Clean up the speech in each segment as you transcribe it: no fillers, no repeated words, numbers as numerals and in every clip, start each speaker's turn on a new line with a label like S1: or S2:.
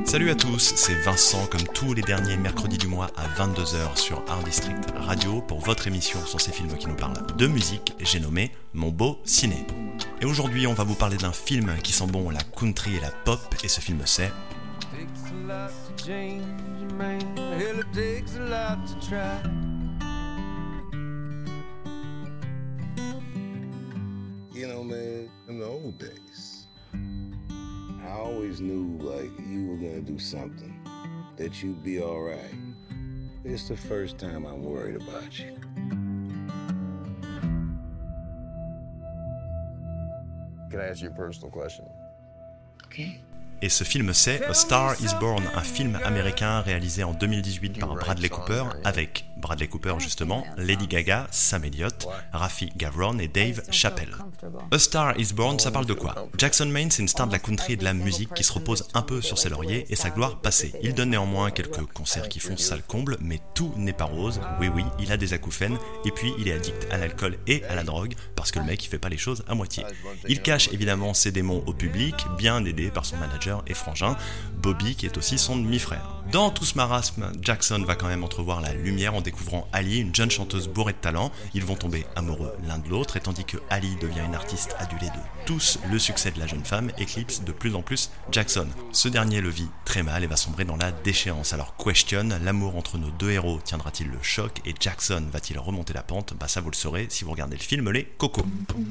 S1: Salut à tous, c'est Vincent comme tous les derniers mercredis du mois à 22h sur Art District Radio pour votre émission sur ces films qui nous parlent de musique, j'ai nommé Mon Beau Ciné. Et aujourd'hui on va vous parler d'un film qui sent bon la country et la pop et ce film c'est...
S2: You know, man, in the old days, I always knew, like, you were gonna do something, that you'd be all right. It's the first time I'm worried about you.
S3: Can I ask you a personal question?
S4: Okay.
S1: Et ce film c'est A Star is Born, un film américain réalisé en 2018 par Bradley Cooper, avec Bradley Cooper justement, Lady Gaga, Sam Elliott, Rafi Gavron et Dave Chappelle. A Star is Born, ça parle de quoi? Jackson Maine, c'est une star de la country et de la musique qui se repose un peu sur ses lauriers et sa gloire passée. Il donne néanmoins quelques concerts qui font salle comble, mais tout n'est pas rose. Oui, il a des acouphènes et puis il est addict à l'alcool et à la drogue parce que le mec il fait pas les choses à moitié. Il cache évidemment ses démons au public, bien aidé par son manager et frangin, Bobby qui est aussi son demi-frère. Dans tout ce marasme, Jackson va quand même entrevoir la lumière en découvrant Ali, une jeune chanteuse bourrée de talent. Ils vont tomber amoureux l'un de l'autre et tandis que Ali devient une artiste adulée de tous, le succès de la jeune femme éclipse de plus en plus Jackson. Ce dernier le vit très mal et va sombrer dans la déchéance. Alors question, l'amour entre nos deux héros tiendra-t-il le choc et Jackson va-t-il remonter la pente? Bah ça vous le saurez si vous regardez le film Les Cocos.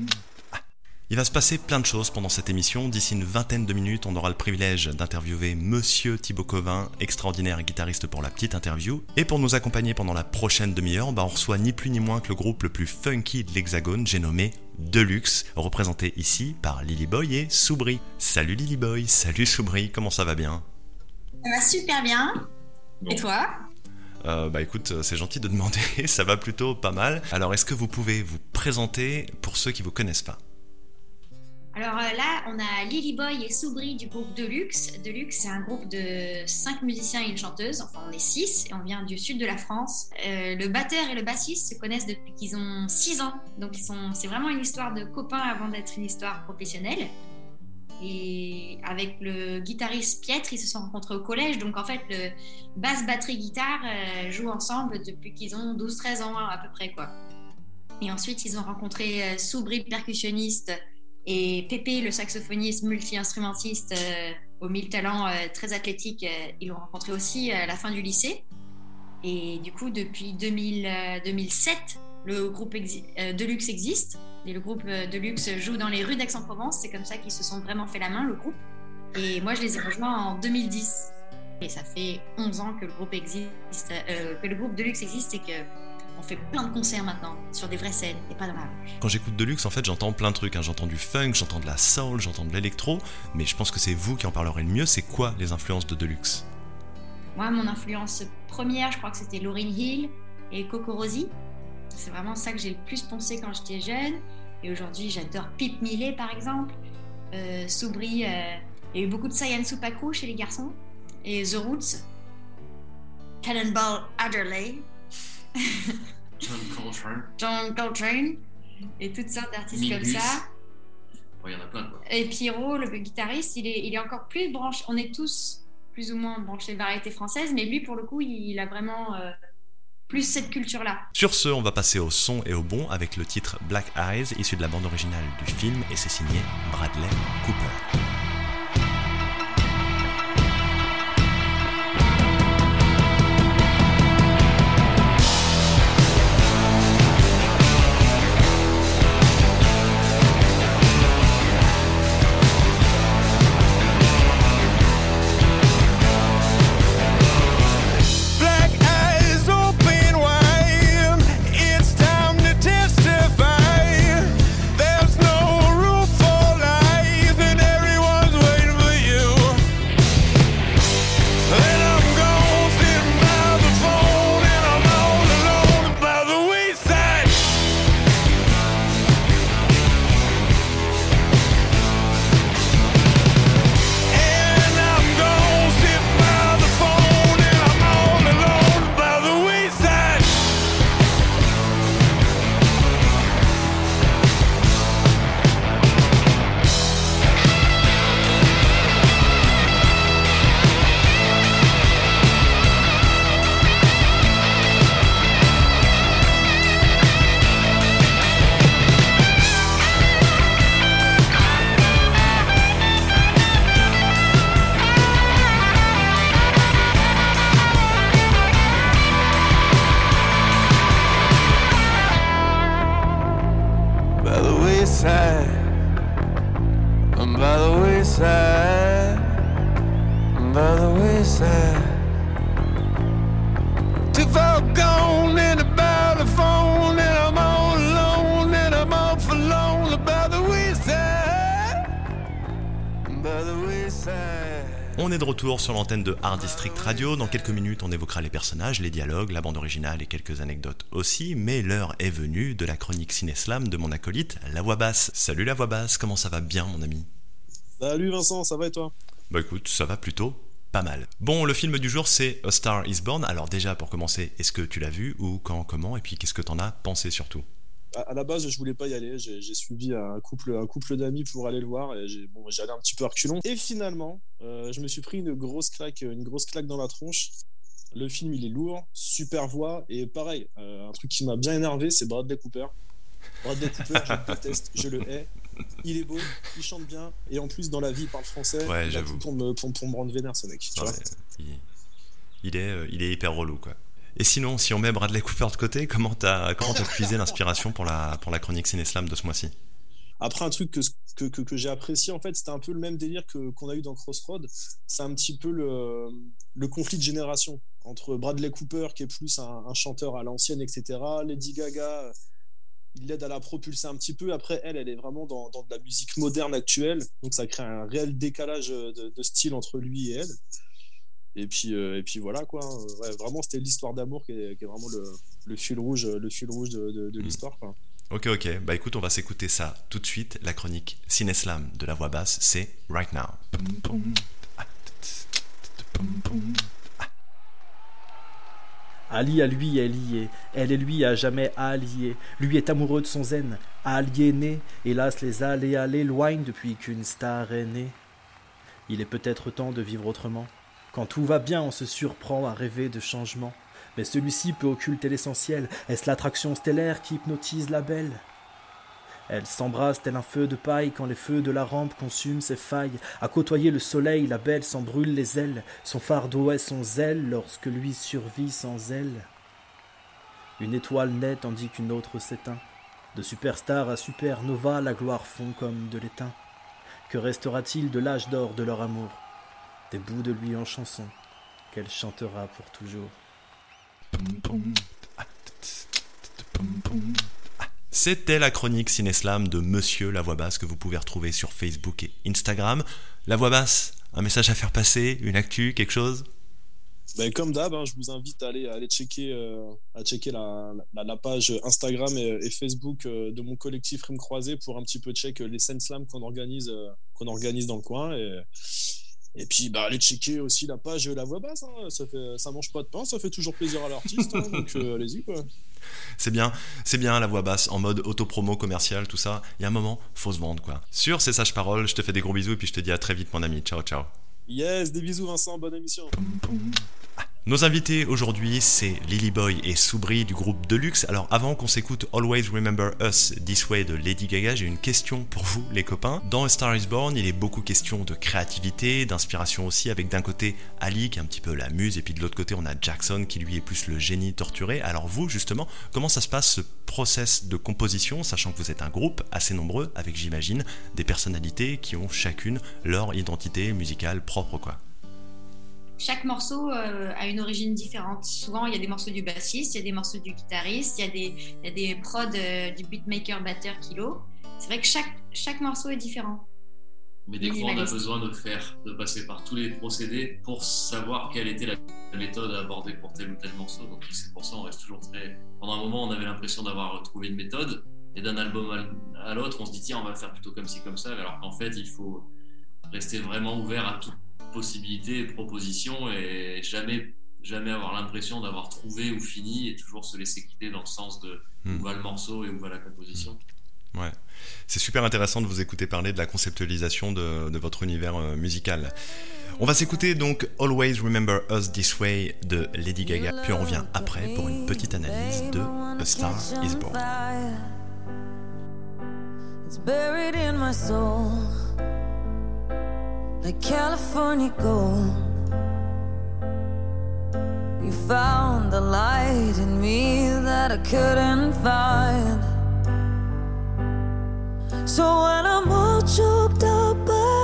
S1: Il va se passer plein de choses pendant cette émission. D'ici une vingtaine de minutes, on aura le privilège d'interviewer Monsieur Thibaut Covin, extraordinaire guitariste pour la petite interview. Et pour nous accompagner pendant la prochaine demi-heure, on reçoit ni plus ni moins que le groupe le plus funky de l'Hexagone, j'ai nommé Deluxe, représenté ici par Lily Boy et Soubry. Salut Lily Boy, salut Soubry, comment ça va bien?
S5: Ça va super bien. Bon. Et toi?
S1: Écoute, c'est gentil de demander, ça va plutôt pas mal. Alors est-ce que vous pouvez vous présenter pour ceux qui vous connaissent pas?
S5: Alors là, on a Lily Boy et Soubry du groupe Deluxe. Deluxe, c'est un groupe de 5 musiciens et une chanteuse. Enfin, on est 6 et on vient du sud de la France. Le batteur et le bassiste se connaissent depuis qu'ils ont 6 ans. Donc, c'est vraiment une histoire de copains avant d'être une histoire professionnelle. Et avec le guitariste Pietre, ils se sont rencontrés au collège. Donc, en fait, le basse, batterie, guitare jouent ensemble depuis qu'ils ont 12-13 ans à peu près, quoi. Et ensuite, ils ont rencontré Soubry, le percussionniste, et Pépé, le saxophoniste multi-instrumentiste aux 1000 talents, très athlétique, ils l'ont rencontré aussi à la fin du lycée. Et du coup, depuis 2007, le groupe Deluxe existe. Et le groupe Deluxe joue dans les rues d'Aix-en-Provence. C'est comme ça qu'ils se sont vraiment fait la main, le groupe. Et moi, je les ai rejoints en 2010. Et ça fait 11 ans que le groupe existe, que le groupe Deluxe existe et que on fait plein de concerts maintenant, sur des vraies scènes, et pas dans la rue.
S1: Quand j'écoute Deluxe, en fait, j'entends plein de trucs. J'entends du funk, j'entends de la soul, j'entends de l'électro, mais je pense que c'est vous qui en parlerez le mieux. C'est quoi les influences de Deluxe?
S5: Moi, mon influence première, je crois que c'était Lauryn Hill et Coco Rosie. C'est vraiment ça que j'ai le plus poncé quand j'étais jeune. Et aujourd'hui, j'adore Pete Millet, par exemple. Soubry, il y a eu beaucoup de Sayan Supakru chez les garçons. Et The Roots. Cannonball Adderley. John Coltrane et toutes sortes d'artistes comme ça.
S6: Il y en a plein, quoi.
S5: Et Pierrot, le guitariste, il est encore plus branché. On est tous plus ou moins branchés variété française, mais lui, pour le coup, il a vraiment plus cette culture-là.
S1: Sur ce, on va passer au son et au bon avec le titre Black Eyes, issu de la bande originale du film, et c'est signé Bradley Cooper.
S7: There's no room for lies in everyone's
S4: by the wayside, by the wayside. Too far gone and about the phone, and I'm all alone, and I'm all forlorn by the wayside, by the wayside.
S1: On est de retour sur l'antenne de Art District Radio. Dans quelques minutes, on évoquera les personnages, les dialogues, la bande originale et quelques anecdotes aussi. Mais l'heure est venue de la chronique Ciné-Slam de mon acolyte, La Voix Basse. Salut La Voix Basse, comment ça va bien mon ami ?
S7: Salut Vincent, ça va et toi ?
S1: Bah écoute, ça va plutôt pas mal. Bon, le film du jour c'est A Star is Born. Alors déjà pour commencer, est-ce que tu l'as vu ou quand, comment ? Et puis qu'est-ce que t'en as pensé surtout ?
S7: À la base, je voulais pas y aller. J'ai suivi un couple d'amis pour aller le voir. Et j'ai allé un petit peu à reculons. Et finalement, je me suis pris une grosse claque dans la tronche. Le film, il est lourd, super voix. Et pareil, un truc qui m'a bien énervé, c'est Bradley Cooper. Bradley Cooper, je le déteste, je le hais. Il est beau, il chante bien. Et en plus, dans la vie, il parle français.
S1: Ouais,
S7: il a
S1: j'avoue.
S7: tout pour me rendre vénère, ce mec. Tu vois
S1: Il est hyper relou quoi. Et sinon, si on met Bradley Cooper de côté, comment t'as puisé l'inspiration pour la chronique Ciné-Slam de ce mois-ci ?
S7: Après, un truc que j'ai apprécié, en fait, c'était un peu le même délire qu'on a eu dans Crossroad. C'est un petit peu le conflit de génération entre Bradley Cooper, qui est plus un chanteur à l'ancienne, etc. Lady Gaga, il l'aide à la propulser un petit peu. Après, elle est vraiment dans de la musique moderne actuelle. Donc, ça crée un réel décalage de style entre lui et elle. Et puis voilà quoi. Ouais, vraiment c'était l'histoire d'amour qui est vraiment le fil rouge de l'histoire quoi.
S1: Ok, bah écoute, on va s'écouter ça tout de suite. La chronique Ciné-Slam de La Voix Basse, c'est Right Now.
S8: Ali à lui est lié, elle et lui à jamais alliés. Lui est amoureux de son zen, aliéné. Hélas les aléas l'éloignent depuis qu'une star est née. Il est peut-être temps de vivre autrement. Quand tout va bien, on se surprend à rêver de changement. Mais celui-ci peut occulter l'essentiel. Est-ce l'attraction stellaire qui hypnotise la belle ? Elle s'embrasse tel un feu de paille quand les feux de la rampe consument ses failles. À côtoyer le soleil, la belle s'en brûle les ailes. Son fardeau est son zèle lorsque lui survit sans elle. Une étoile naît tandis qu'une autre s'éteint. De superstar à supernova, la gloire fond comme de l'étain. Que restera-t-il de l'âge d'or de leur amour ? Des bouts de lui en chanson qu'elle chantera pour toujours.
S1: C'était la chronique Ciné-Slam de Monsieur La Voix Basse que vous pouvez retrouver sur Facebook et Instagram. La Voix Basse, un message à faire passer, une actu, quelque chose ?
S7: Ben, comme d'hab, je vous invite à aller checker la page Instagram et Facebook de mon collectif Rime Croisée pour un petit peu check les scènes slam qu'on organise dans le coin. Et puis aller checker aussi la page La Voix Basse, ça mange pas de pain, ça fait toujours plaisir à l'artiste, donc allez-y quoi.
S1: C'est bien La Voix Basse en mode autopromo commercial, tout ça. Il y a un moment, faut se vendre quoi. Sur ces sages paroles, je te fais des gros bisous et puis je te dis à très vite mon ami. Ciao.
S7: Yes, des bisous Vincent, bonne émission.
S1: Nos invités aujourd'hui, c'est Lily Boy et Soubry du groupe Deluxe. Alors avant qu'on s'écoute Always Remember Us This Way de Lady Gaga, j'ai une question pour vous les copains. Dans A Star is Born, il est beaucoup question de créativité, d'inspiration aussi, avec d'un côté Ali qui est un petit peu la muse et puis de l'autre côté on a Jackson qui lui est plus le génie torturé. Alors vous justement, comment ça se passe ce process de composition, sachant que vous êtes un groupe assez nombreux avec j'imagine des personnalités qui ont chacune leur identité musicale propre quoi.
S5: Chaque morceau a une origine différente. Souvent, il y a des morceaux du bassiste, il y a des morceaux du guitariste, il y a des prods du beatmaker-batteur Kilo. C'est vrai que chaque morceau est différent.
S6: Mais des fois, on a besoin de passer par tous les procédés pour savoir quelle était la méthode à aborder pour tel ou tel morceau. Donc c'est pour ça qu'on reste toujours très... Pendant un moment, on avait l'impression d'avoir trouvé une méthode, et d'un album à l'autre, on se dit tiens, on va le faire plutôt comme ci, comme ça, alors qu'en fait, il faut rester vraiment ouvert à toute possibilités et propositions et jamais avoir l'impression d'avoir trouvé ou fini et toujours se laisser quitter dans le sens de où va le morceau et où va la composition.
S1: Ouais, c'est super intéressant de vous écouter parler de la conceptualisation de votre univers musical. On va s'écouter donc Always Remember Us This Way de Lady Gaga, puis on revient après pour une petite analyse de A Star is Born. It's buried in my soul, like California gold. You found the light in me that I couldn't find. So when I'm all choked up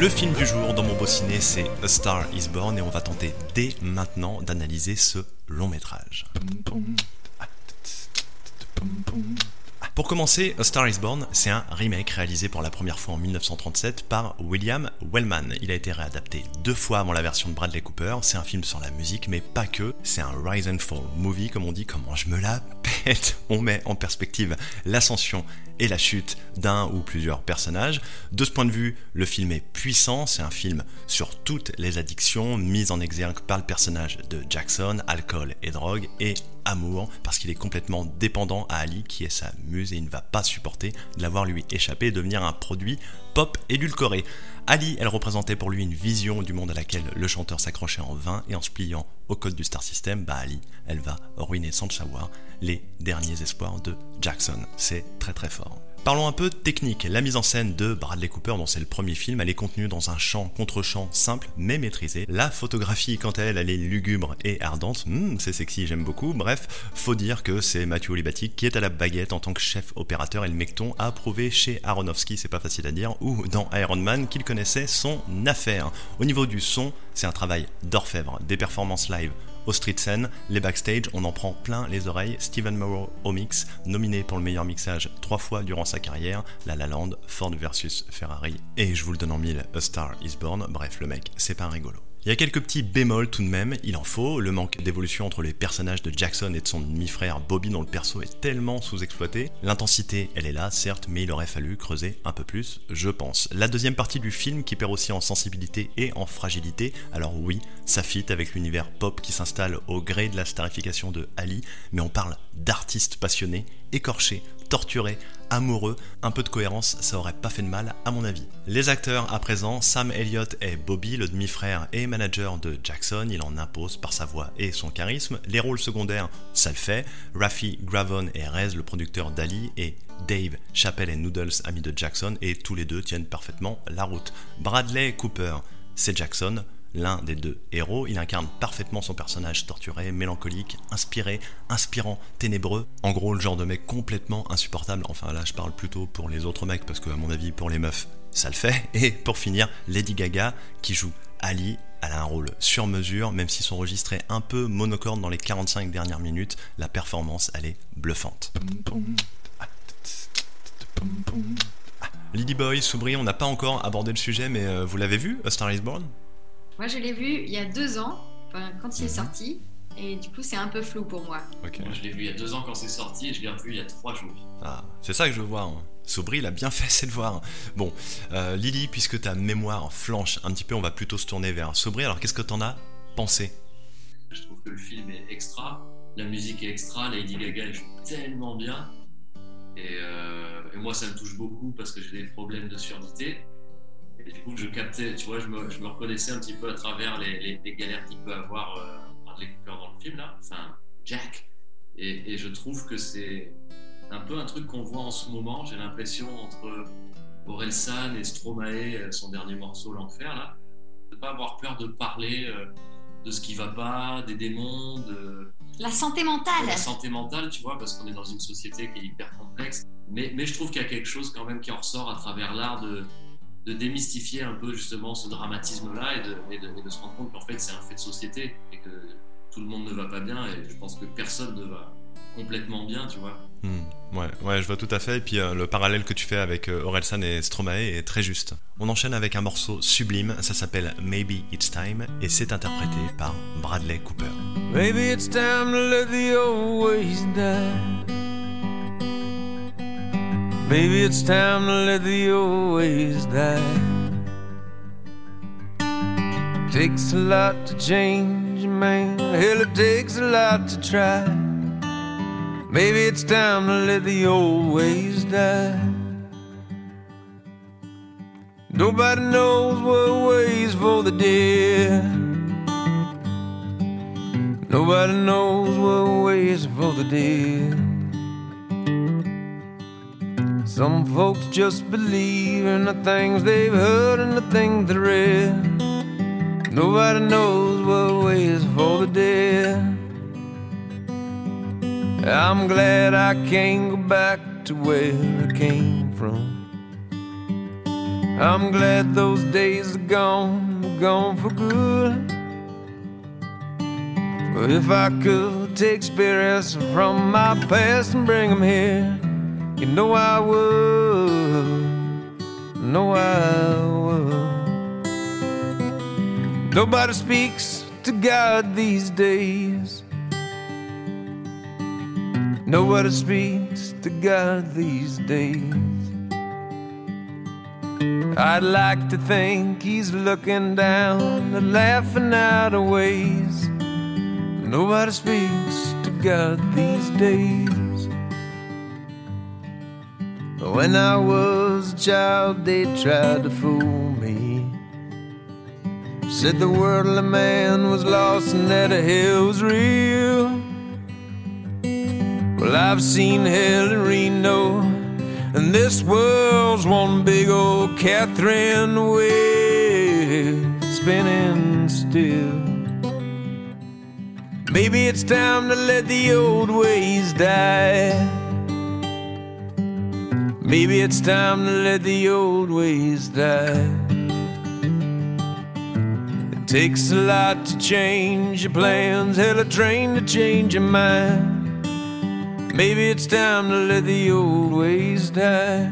S1: Le film du jour dans mon beau ciné, c'est A Star is Born et on va tenter dès maintenant d'analyser ce long métrage. Pour commencer, A Star is Born, c'est un remake réalisé pour la première fois en 1937 par William Wellman. Il a été réadapté 2 fois avant la version de Bradley Cooper. C'est un film sur la musique, mais pas que. C'est un rise and fall movie, comme on dit. Comment je me la pète. On met en perspective l'ascension et la chute d'un ou plusieurs personnages. De ce point de vue, le film est puissant. C'est un film sur toutes les addictions mises en exergue par le personnage de Jackson, alcool et drogue, et amour, parce qu'il est complètement dépendant à Ali, qui est sa muse, et il ne va pas supporter de l'avoir lui échappé et devenir un produit pop édulcoré. Ali, elle représentait pour lui une vision du monde à laquelle le chanteur s'accrochait en vain, et en se pliant au code du Star System, Ali, elle va ruiner sans le savoir les derniers espoirs de Jackson. C'est très très fort. Parlons un peu technique. La mise en scène de Bradley Cooper, dont c'est le premier film, elle est contenue dans un chant contre chant simple mais maîtrisé. La photographie, quant à elle, elle est lugubre et ardente. C'est sexy, j'aime beaucoup. Bref, faut dire que c'est Matthew Libatic qui est à la baguette en tant que chef opérateur, et le mecton a prouvé chez Aronofsky, c'est pas facile à dire, ou dans Iron Man, qu'il connaissait son affaire. Au niveau du son, c'est un travail d'orfèvre. Des performances live au street scene, les backstage, on en prend plein les oreilles. Steven Morrow au mix, nominé pour le meilleur mixage 3 fois durant sa carrière, La La Land, Ford versus Ferrari, et je vous le donne en mille, A Star is Born. Bref, le mec, c'est pas un rigolo. Il y a quelques petits bémols tout de même, il en faut. Le manque d'évolution entre les personnages de Jackson et de son demi-frère Bobby, dont le perso est tellement sous-exploité. L'intensité, elle est là, certes, mais il aurait fallu creuser un peu plus, je pense. La deuxième partie du film, qui perd aussi en sensibilité et en fragilité, alors oui, ça fit avec l'univers pop qui s'installe au gré de la starification de Ali, mais on parle d'artistes passionnés, écorchés, torturés, amoureux. Un peu de cohérence, ça aurait pas fait de mal à mon avis. Les acteurs à présent, Sam Elliott est Bobby, le demi-frère et manager de Jackson. Il en impose par sa voix et son charisme. Les rôles secondaires, ça le fait. Rafi Gravon est Rez, le producteur d'Ali, et Dave Chappelle et Noodles, amis de Jackson, et tous les deux tiennent parfaitement la route. Bradley Cooper, c'est Jackson, l'un des 2 héros. Il incarne parfaitement son personnage torturé, mélancolique, inspiré, inspirant, ténébreux. En gros, le genre de mec complètement insupportable. Enfin là, je parle plutôt pour les autres mecs, parce que à mon avis, pour les meufs, ça le fait. Et pour finir, Lady Gaga, qui joue Ali. Elle a un rôle sur mesure, même si son registre est un peu monocorde dans les 45 dernières minutes. La performance, elle est bluffante. Lady Boy, Soubry, on n'a pas encore abordé le sujet, mais vous l'avez vu, A Star is Born ?
S5: Moi, je l'ai vu il y a 2 ans, quand il est sorti, et du coup, c'est un peu flou pour moi.
S1: Okay.
S6: Moi, je l'ai vu il y a 2 ans quand c'est sorti, et je l'ai revu il y a 3 jours.
S1: Ah, c'est ça que je veux voir. Soubry, il a bien fait, c'est de voir. Bon, Lily, puisque ta mémoire flanche un petit peu, on va plutôt se tourner vers Soubry. Alors, qu'est-ce que t'en as pensé ?
S6: Je trouve que le film est extra, la musique est extra, Lady Gaga, elle joue tellement bien. Et moi, ça me touche beaucoup parce que j'ai des problèmes de surdité. Et du coup, je captais, tu vois, je me reconnaissais un petit peu à travers les galères qu'il peut avoir Bradley Cooper dans le film, là, enfin, Jack. Et je trouve que c'est un peu un truc qu'on voit en ce moment, j'ai l'impression, entre Orelsan et Stromae, son dernier morceau, L'Enfer, là, de ne pas avoir peur de parler de ce qui va pas, des démons, de
S5: la santé mentale.
S6: La santé mentale, tu vois, parce qu'on est dans une société qui est hyper complexe. Mais je trouve qu'il y a quelque chose quand même qui en ressort à travers l'art de démystifier un peu justement ce dramatisme-là et de se rendre compte qu'en fait c'est un fait de société et que tout le monde ne va pas bien, et je pense que personne ne va complètement bien, tu vois.
S1: Ouais, je vois tout à fait, et puis le parallèle que tu fais avec Orelsan et Stromae est très juste. On enchaîne avec un morceau sublime, ça s'appelle Maybe It's Time, et c'est interprété par Bradley Cooper.
S4: Maybe it's time to let the old ways die. Maybe it's time to let the old ways die. Takes a lot to change, man. Hell, it takes a lot to try. Maybe it's time to let the old ways die. Nobody knows what waits for the dead. Nobody knows what waits for the dead. Some folks just believe in the things they've heard and the things they read. Nobody knows what waits for the dead. I'm glad I can't go back to where I came from. I'm glad those days are gone for good. But if I could take spirits from my past and bring them here, you know I would, know I would. Nobody speaks to God these days. Nobody speaks to God these days. I'd like to think he's looking down and laughing out of ways. Nobody speaks to God these days. When I was a child, they tried to fool me. Said the worldly man was lost and that hell was real. Well, I've seen hell in Reno, and this world's one big old Catherine wheel spinning still. Maybe it's time to let the old ways die. Maybe it's time to let the old ways die. It takes a lot to change your plans, hell, a train to change your mind. Maybe it's time to let the old ways die.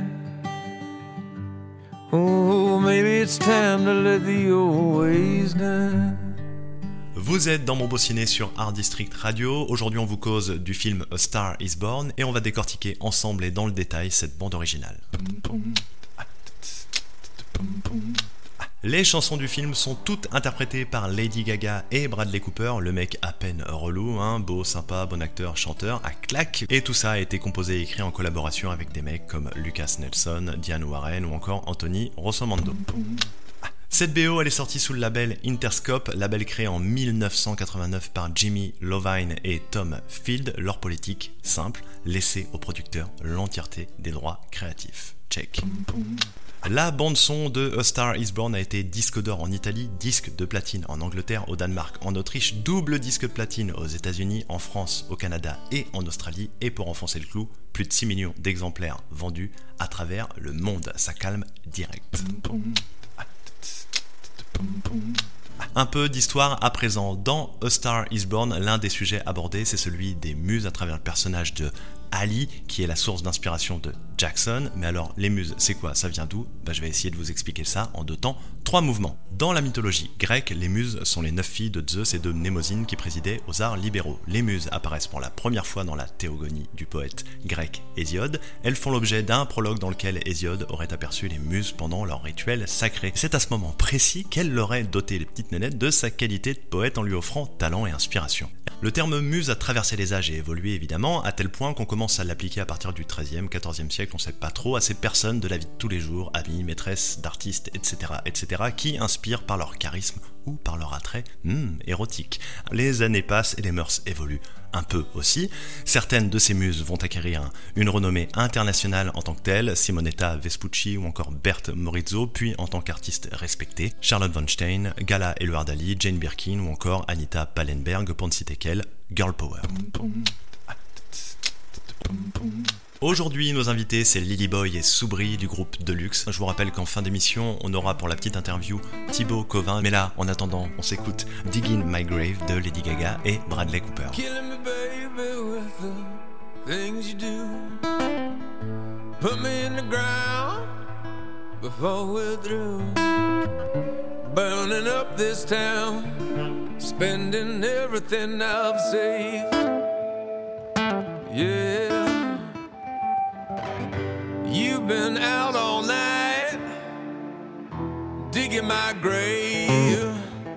S4: Oh, maybe it's time to let the old ways die.
S1: Vous êtes dans Mon Beau Ciné sur Art District Radio. Aujourd'hui, on vous cause du film A Star is Born et on va décortiquer ensemble et dans le détail cette bande originale. Les chansons du film sont toutes interprétées par Lady Gaga et Bradley Cooper, le mec à peine relou, beau, sympa, bon acteur, chanteur, à claque. Et tout ça a été composé et écrit en collaboration avec des mecs comme Lucas Nelson, Diane Warren ou encore Anthony Rossomando. Cette BO, elle est sortie sous le label Interscope, label créé en 1989 par Jimmy Iovine et Tom Field. Leur politique, simple, laisser aux producteurs l'entièreté des droits créatifs. Check. La bande-son de A Star is Born a été disque d'or en Italie, disque de platine en Angleterre, au Danemark, en Autriche, double disque de platine aux États-Unis, en France, au Canada et en Australie. Et pour enfoncer le clou, plus de 6 millions d'exemplaires vendus à travers le monde. Ça calme direct. Un peu d'histoire à présent. Dans A Star is Born, l'un des sujets abordés, c'est celui des muses à travers le personnage de Ali, qui est la source d'inspiration de Jackson. Mais alors, les muses, c'est quoi? Ça vient d'où? Je vais essayer de vous expliquer ça en 2 temps, 3 mouvements. Dans la mythologie grecque, les muses sont les 9 filles de Zeus et de Mnémosyne qui présidaient aux arts libéraux. Les muses apparaissent pour la première fois dans la théogonie du poète grec Hésiode. Elles font l'objet d'un prologue dans lequel Hésiode aurait aperçu les muses pendant leur rituel sacré. C'est à ce moment précis qu'elle aurait doté les petites nénettes de sa qualité de poète en lui offrant talent et inspiration. Le terme muse a traversé les âges et évolué évidemment, à tel point qu'on commence à l'appliquer à partir du XIIIe, XIVe siècle, on sait pas trop, à ces personnes de la vie de tous les jours, amies, maîtresses, d'artistes, etc., qui inspirent par leur charisme ou par leur attrait érotique. Les années passent et les mœurs évoluent un peu aussi. Certaines de ces muses vont acquérir une renommée internationale en tant que telle, Simonetta Vespucci ou encore Berthe Morisot, puis en tant qu'artiste respectée, Charlotte von Stein, Gala Eluardali, Jane Birkin ou encore Anita Pallenberg, pour ne citer qu'elle, Girl Power. Aujourd'hui, nos invités, c'est Lily Boy et Soubry du groupe Deluxe. Je vous rappelle qu'en fin d'émission, on aura pour la petite interview Thibaut Covin. Mais là, en attendant, on s'écoute Digging My Grave de Lady Gaga et Bradley Cooper.
S4: Killing me, baby, with the things you do. Put me in the ground before we're through. Burning up this town, spending everything I've saved. Yeah. You've been out all night, digging my grave.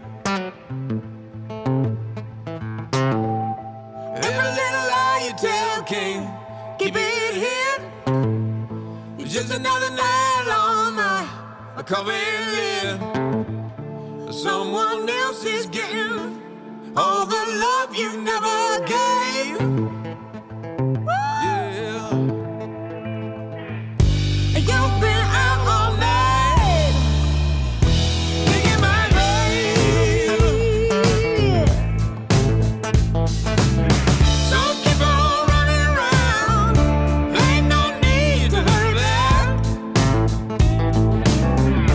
S4: Every little lie you tell can't keep it hid. It's just another nail on my coffin lid. Someone else is getting all the love you never gave. You've been out all night, digging my grave. So keep on running around, ain't no need to hurry back.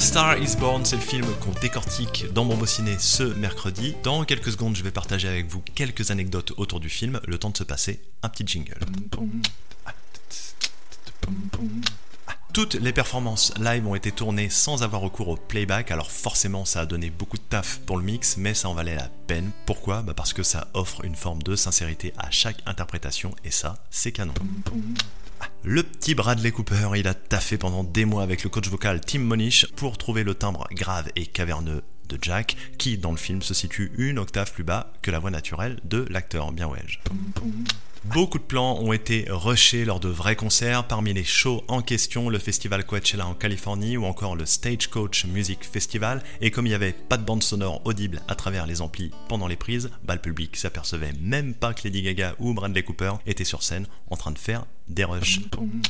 S1: Star is Born, c'est le film qu'on décortique dans Bon Ciné ce mercredi. Dans quelques secondes, je vais partager avec vous quelques anecdotes autour du film. Le temps de se passer un petit jingle. Toutes les performances live ont été tournées sans avoir recours au playback, alors forcément ça a donné beaucoup de taf pour le mix, mais ça en valait la peine. Pourquoi ? Parce que ça offre une forme de sincérité à chaque interprétation, et ça, c'est canon. Le petit Bradley Cooper, il a taffé pendant des mois avec le coach vocal Tim Monish pour trouver le timbre grave et caverneux de Jack, qui dans le film se situe une octave plus bas que la voix naturelle de l'acteur, bien ouais. Beaucoup de plans ont été rushés lors de vrais concerts, parmi les shows en question, le festival Coachella en Californie ou encore le Stagecoach Music Festival, et comme il n'y avait pas de bande sonore audible à travers les amplis pendant les prises, le public s'apercevait même pas que Lady Gaga ou Bradley Cooper étaient sur scène en train de faire des rushs.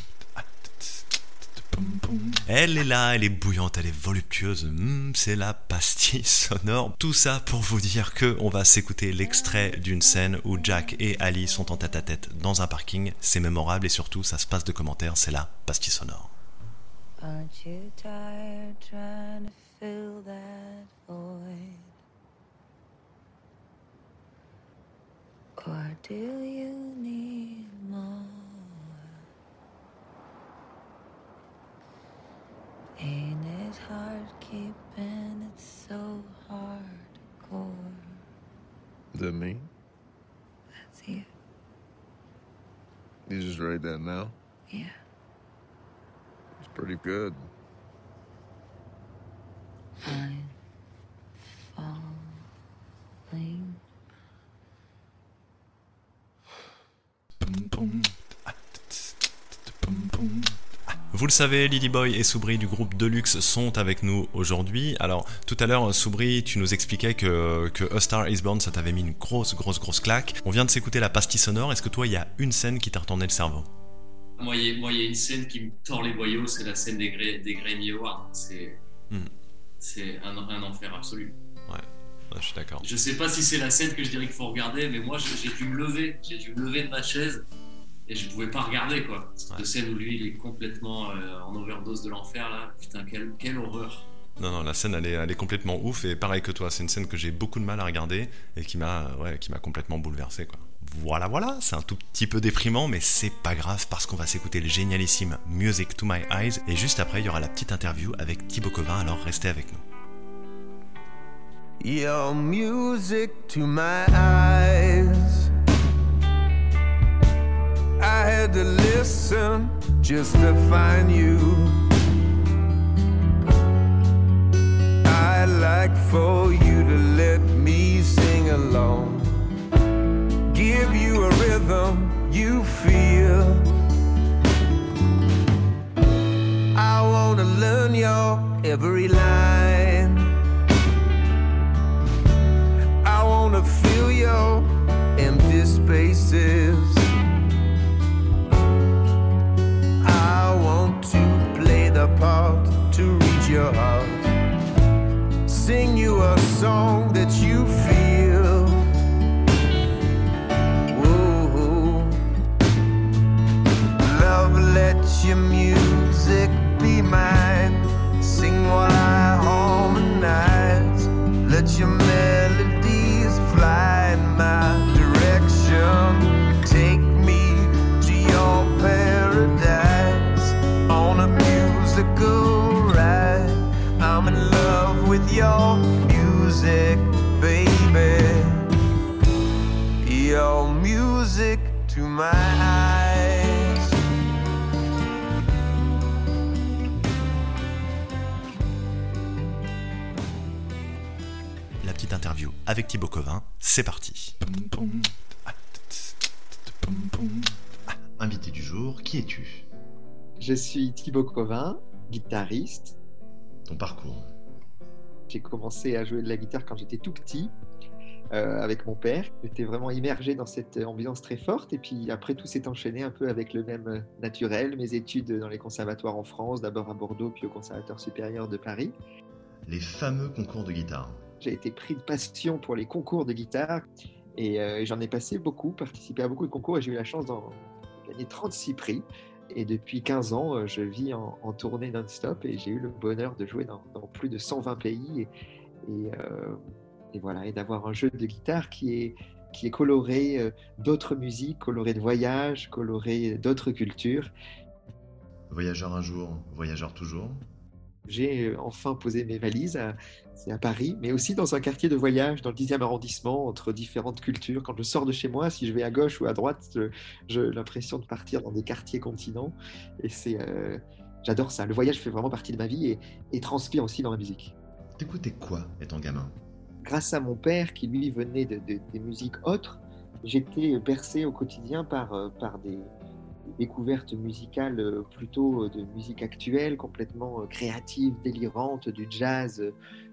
S1: Elle est là, elle est bouillante, elle est voluptueuse, c'est la pastille sonore. Tout ça pour vous dire que on va s'écouter l'extrait d'une scène où Jack et Ali sont en tête-à-tête dans un parking. C'est mémorable et surtout ça se passe de commentaires, c'est la pastille sonore.
S9: Aren't you tired trying to fill that void? Or do you need more? Ain't it hard keeping it so hardcore?
S3: Is that me?
S9: That's you.
S3: You just write that now?
S9: Yeah.
S3: It's pretty good.
S9: I'm falling.
S1: Vous le savez, Lily Boy et Soubry du groupe Deluxe sont avec nous aujourd'hui. Alors, tout à l'heure, Soubry, tu nous expliquais que A Star is Born, ça t'avait mis une grosse claque. On vient de s'écouter la pastille sonore. Est-ce que toi, il y a une scène qui t'a retourné le cerveau ?
S6: Moi, il y a une scène qui me tord les boyaux, c'est la scène des Grammy Awards. C'est un enfer absolu.
S1: Ouais, je suis d'accord.
S6: Je sais pas si c'est la scène que je dirais qu'il faut regarder, mais moi, j'ai dû me lever de ma chaise. Et je pouvais pas regarder, quoi. Cette scène où lui, il est complètement en overdose de l'enfer, là. Putain, quelle horreur.
S1: Non, la scène, elle est complètement ouf. Et pareil que toi, c'est une scène que j'ai beaucoup de mal à regarder et qui m'a complètement bouleversé, quoi. Voilà, c'est un tout petit peu déprimant, mais c'est pas grave parce qu'on va s'écouter le génialissime Music to My Eyes. Et juste après, il y aura la petite interview avec Thibaut Covin, alors restez avec nous.
S4: Your music to my eyes. I had to listen just to find you. I'd like for you to let me sing along. Give you a rhythm you feel. I wanna learn your every line. I wanna feel your empty spaces. The part to reach your heart, sing you a song that you feel. Whoa. Love, let your music be mine. Sing while I harmonize. Let your melodies fly in my direction. Take me to your paradise on a musical ride. I'm in love with your music, baby. Your music to my eyes.
S1: La petite interview avec Thibaut Covin, c'est parti. Invité du jour, qui es-tu ?
S10: Je suis Thibaut Covin, guitariste.
S1: Ton parcours ?
S10: J'ai commencé à jouer de la guitare quand j'étais tout petit, avec mon père. J'étais vraiment immergé dans cette ambiance très forte. Et puis après, tout s'est enchaîné un peu avec le même naturel. Mes études dans les conservatoires en France, d'abord à Bordeaux, puis au Conservatoire supérieur de Paris.
S1: Les fameux concours de guitare.
S10: J'ai été pris de passion pour les concours de guitare. Et j'en ai passé beaucoup, participé à beaucoup de concours. Et j'ai eu la chance d'en gagner 36 prix. Et depuis 15 ans, je vis en tournée non-stop et j'ai eu le bonheur de jouer dans plus de 120 pays et voilà, et d'avoir un jeu de guitare qui est coloré d'autres musiques, coloré de voyages, coloré d'autres cultures.
S1: Voyageur un jour, voyageur toujours.
S10: J'ai enfin posé mes valises, c'est à Paris, mais aussi dans un quartier de voyage, dans le 10e arrondissement, entre différentes cultures. Quand je sors de chez moi, si je vais à gauche ou à droite, j'ai l'impression de partir dans des quartiers continents. Et j'adore ça. Le voyage fait vraiment partie de ma vie et transpire aussi dans ma musique.
S1: T'écoutais quoi étant gamin ?
S10: Grâce à mon père, qui lui venait des musiques autres, j'étais bercé au quotidien par des découvertes musicales plutôt de musique actuelle, complètement créative, délirante, du jazz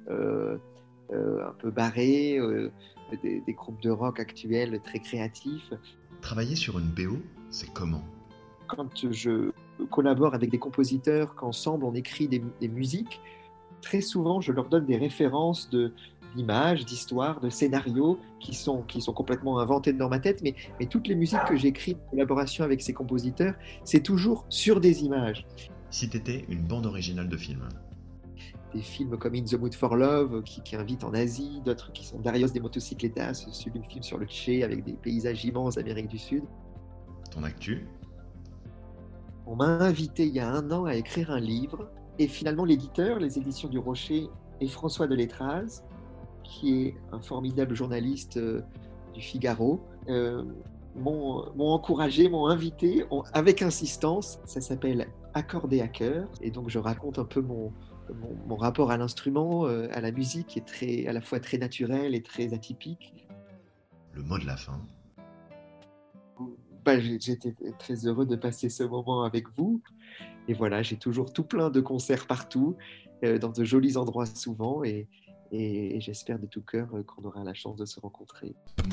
S10: un peu barré, des groupes de rock actuels très créatifs.
S1: Travailler sur une BO, c'est comment ?
S10: Quand je collabore avec des compositeurs, qu'ensemble on écrit des musiques, très souvent je leur donne des références d'images, d'histoires, de scénarios qui sont complètement inventés dans ma tête, mais toutes les musiques que j'écris en collaboration avec ces compositeurs, c'est toujours sur des images.
S1: Si t'étais une bande originale de film ?
S10: Des films comme In the Mood for Love qui invitent en Asie, d'autres qui sont Darius des Motocicletas, ce sublime film sur le Tché avec des paysages immenses d'Amérique du Sud.
S1: Ton actu ?
S10: On m'a invité il y a 1 an à écrire un livre et finalement l'éditeur, les éditions du Rocher et François Deletraz, qui est un formidable journaliste du Figaro, m'ont encouragé, m'ont invité avec insistance. Ça s'appelle Accordé à cœur. Et donc, je raconte un peu mon rapport à l'instrument, à la musique, qui est à la fois très naturel et très atypique.
S1: Le mot de la fin.
S10: J'étais très heureux de passer ce moment avec vous. Et voilà, j'ai toujours tout plein de concerts partout, dans de jolis endroits souvent. Et j'espère de tout cœur qu'on aura la chance de se rencontrer.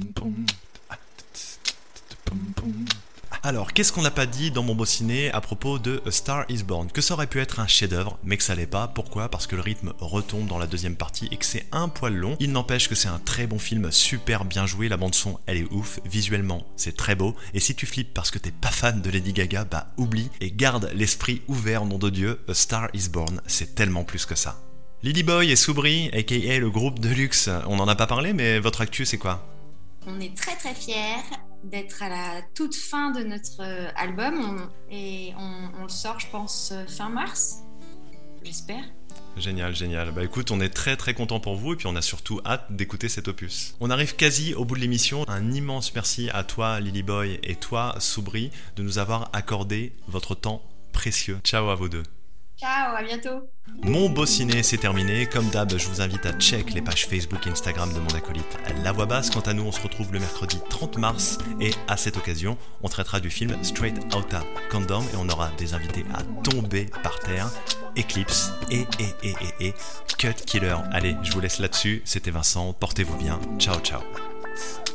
S1: Alors, qu'est-ce qu'on n'a pas dit dans Mon Beau Ciné à propos de A Star Is Born ? Que ça aurait pu être un chef-d'œuvre, mais que ça l'est pas. Pourquoi ? Parce que le rythme retombe dans la deuxième partie et que c'est un poil long. Il n'empêche que c'est un très bon film, super bien joué. La bande-son, elle est ouf. Visuellement, c'est très beau. Et si tu flippes parce que t'es pas fan de Lady Gaga, bah oublie et garde l'esprit ouvert, nom de Dieu. A Star Is Born, c'est tellement plus que ça. Lily Boy et Soubry, aka le groupe Deluxe, on n'en a pas parlé, mais votre actu, c'est quoi ?
S5: On est très très fiers d'être à la toute fin de notre album on le sort, je pense, fin mars, j'espère.
S1: Génial, génial. Bah écoute, on est très très content pour vous et puis on a surtout hâte d'écouter cet opus. On arrive quasi au bout de l'émission. Un immense merci à toi Lily Boy et toi Soubry de nous avoir accordé votre temps précieux. Ciao à vous deux.
S5: Ciao, à bientôt.
S1: Mon Beau Ciné, c'est terminé. Comme d'hab, je vous invite à check les pages Facebook et Instagram de mon acolyte La Voix Basse. Quant à nous, on se retrouve le mercredi 30 mars et à cette occasion, on traitera du film Straight Outta Compton et on aura des invités à tomber par terre. Eclipse et Cut Killer. Allez, je vous laisse là-dessus. C'était Vincent. Portez-vous bien. Ciao, ciao.